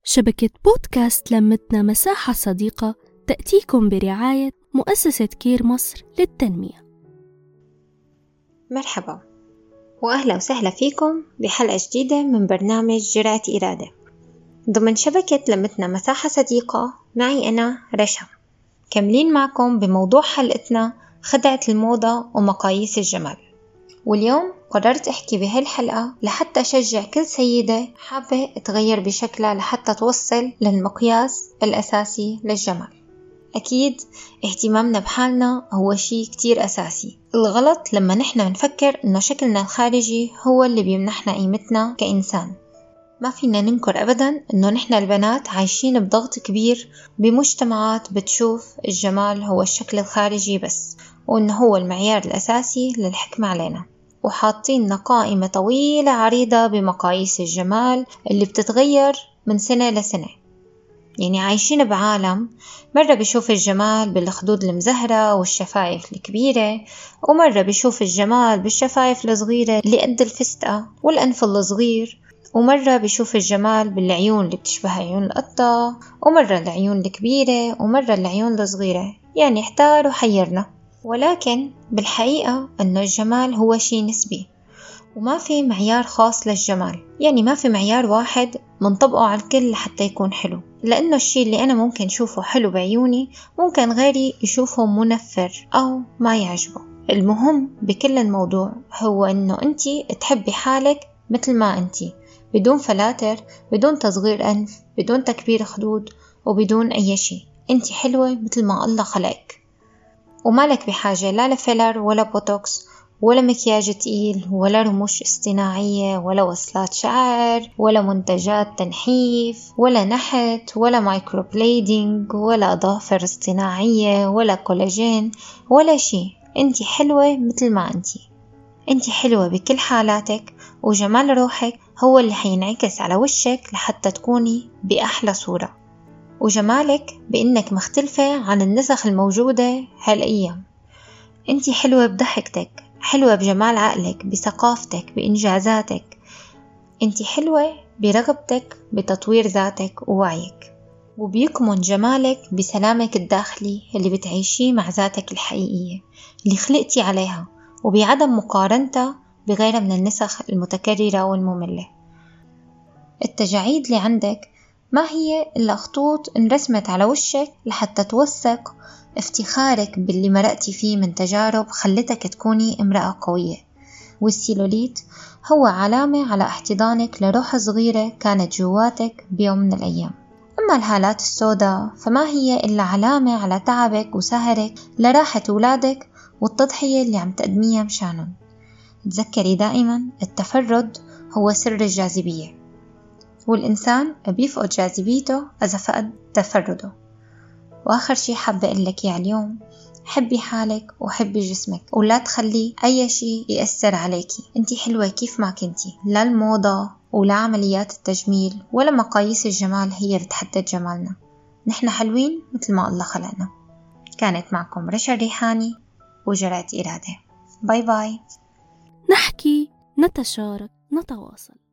شبكة بودكاست لمتنا مساحة صديقة تأتيكم برعاية مؤسسة كير مصر للتنمية. مرحبا وأهلا وسهلا فيكم بحلقة جديدة من برنامج جرعة إرادة ضمن شبكة لمتنا مساحة صديقة. معي أنا رشا، كملين معكم بموضوع حلقتنا خدعة الموضة ومقاييس الجمال. واليوم قررت أحكي بهالحلقة لحتى أشجع كل سيدة حابة تغير بشكلها لحتى توصل للمقياس الأساسي للجمال. أكيد اهتمامنا بحالنا هو شيء كتير أساسي. الغلط لما نحن نفكر إنه شكلنا الخارجي هو اللي بيمنحنا قيمتنا كإنسان. ما فينا ننكر أبدا إنه نحن البنات عايشين بضغط كبير بمجتمعات بتشوف الجمال هو الشكل الخارجي بس، وإنه هو المعيار الأساسي للحكم علينا، وحاطين قائمة طويلة عريضة بمقاييس الجمال اللي بتتغير من سنة لسنة. يعني عايشين بعالم مرة بيشوف الجمال بالخدود المزهرة والشفايف الكبيرة، ومرة بيشوف الجمال بالشفايف الصغيرة اللي قد الفستقة والأنف الصغير، ومرة بيشوف الجمال بالعيون اللي بتشبه عيون القطة، ومرة العيون الكبيرة ومرة العيون الصغيرة. يعني احتار وحيرنا. ولكن بالحقيقة أنه الجمال هو شيء نسبي، وما في معيار خاص للجمال. يعني ما في معيار واحد منطبقه على الكل لحتى يكون حلو، لأنه الشيء اللي أنا ممكن أشوفه حلو بعيوني ممكن غيري يشوفه منفر أو ما يعجبه. المهم بكل الموضوع هو أنه أنتي تحبي حالك مثل ما أنتي، بدون فلاتر، بدون تصغير أنف، بدون تكبير خدود، وبدون أي شيء. أنتي حلوة مثل ما الله خلقك، ومالك بحاجة لا لفيلر ولا بوتوكس ولا مكياج تقيل ولا رموش اصطناعية ولا وصلات شعر ولا منتجات تنحيف ولا نحت ولا مايكرو بليدينج ولا أظافر اصطناعية ولا كولاجين ولا شيء. انتي حلوة مثل ما انتي حلوة بكل حالاتك، وجمال روحك هو اللي حينعكس على وشك لحتى تكوني بأحلى صورة. وجمالك بإنك مختلفة عن النسخ الموجودة هالأيام. انتي حلوة بضحكتك، حلوة بجمال عقلك، بثقافتك، بإنجازاتك. انتي حلوة برغبتك بتطوير ذاتك ووعيك، وبيكمن جمالك بسلامك الداخلي اللي بتعيشيه مع ذاتك الحقيقية اللي خلقتي عليها، وبعدم مقارنتها بغيرها من النسخ المتكررة والمملة. التجاعيد اللي عندك ما هي إلا خطوط انرسمت على وشك لحتى توثق افتخارك باللي مرقتي فيه من تجارب خلتك تكوني امرأة قوية. والسيلوليت هو علامة على احتضانك لروح صغيرة كانت جواتك بيوم من الأيام. أما الهالات السوداء فما هي إلا علامة على تعبك وسهرك لراحة أولادك والتضحية اللي عم تقدميها مشانهم. تذكري دائما التفرد هو سر الجاذبية، والإنسان بيفقد جاذبيته إذا فقد تفرده. وآخر شي حابة أقولك إياه اليوم، حبي حالك وحبي جسمك، ولا تخلي أي شي يأثر عليكي. انتي حلوة كيف ما كنتي، لا الموضة ولا عمليات التجميل ولا مقاييس الجمال هي اللي تحدد جمالنا. نحن حلوين مثل ما الله خلقنا. كانت معكم رشا الريحاني وجرعة إرادة. باي باي. نحكي، نتشارك، نتواصل.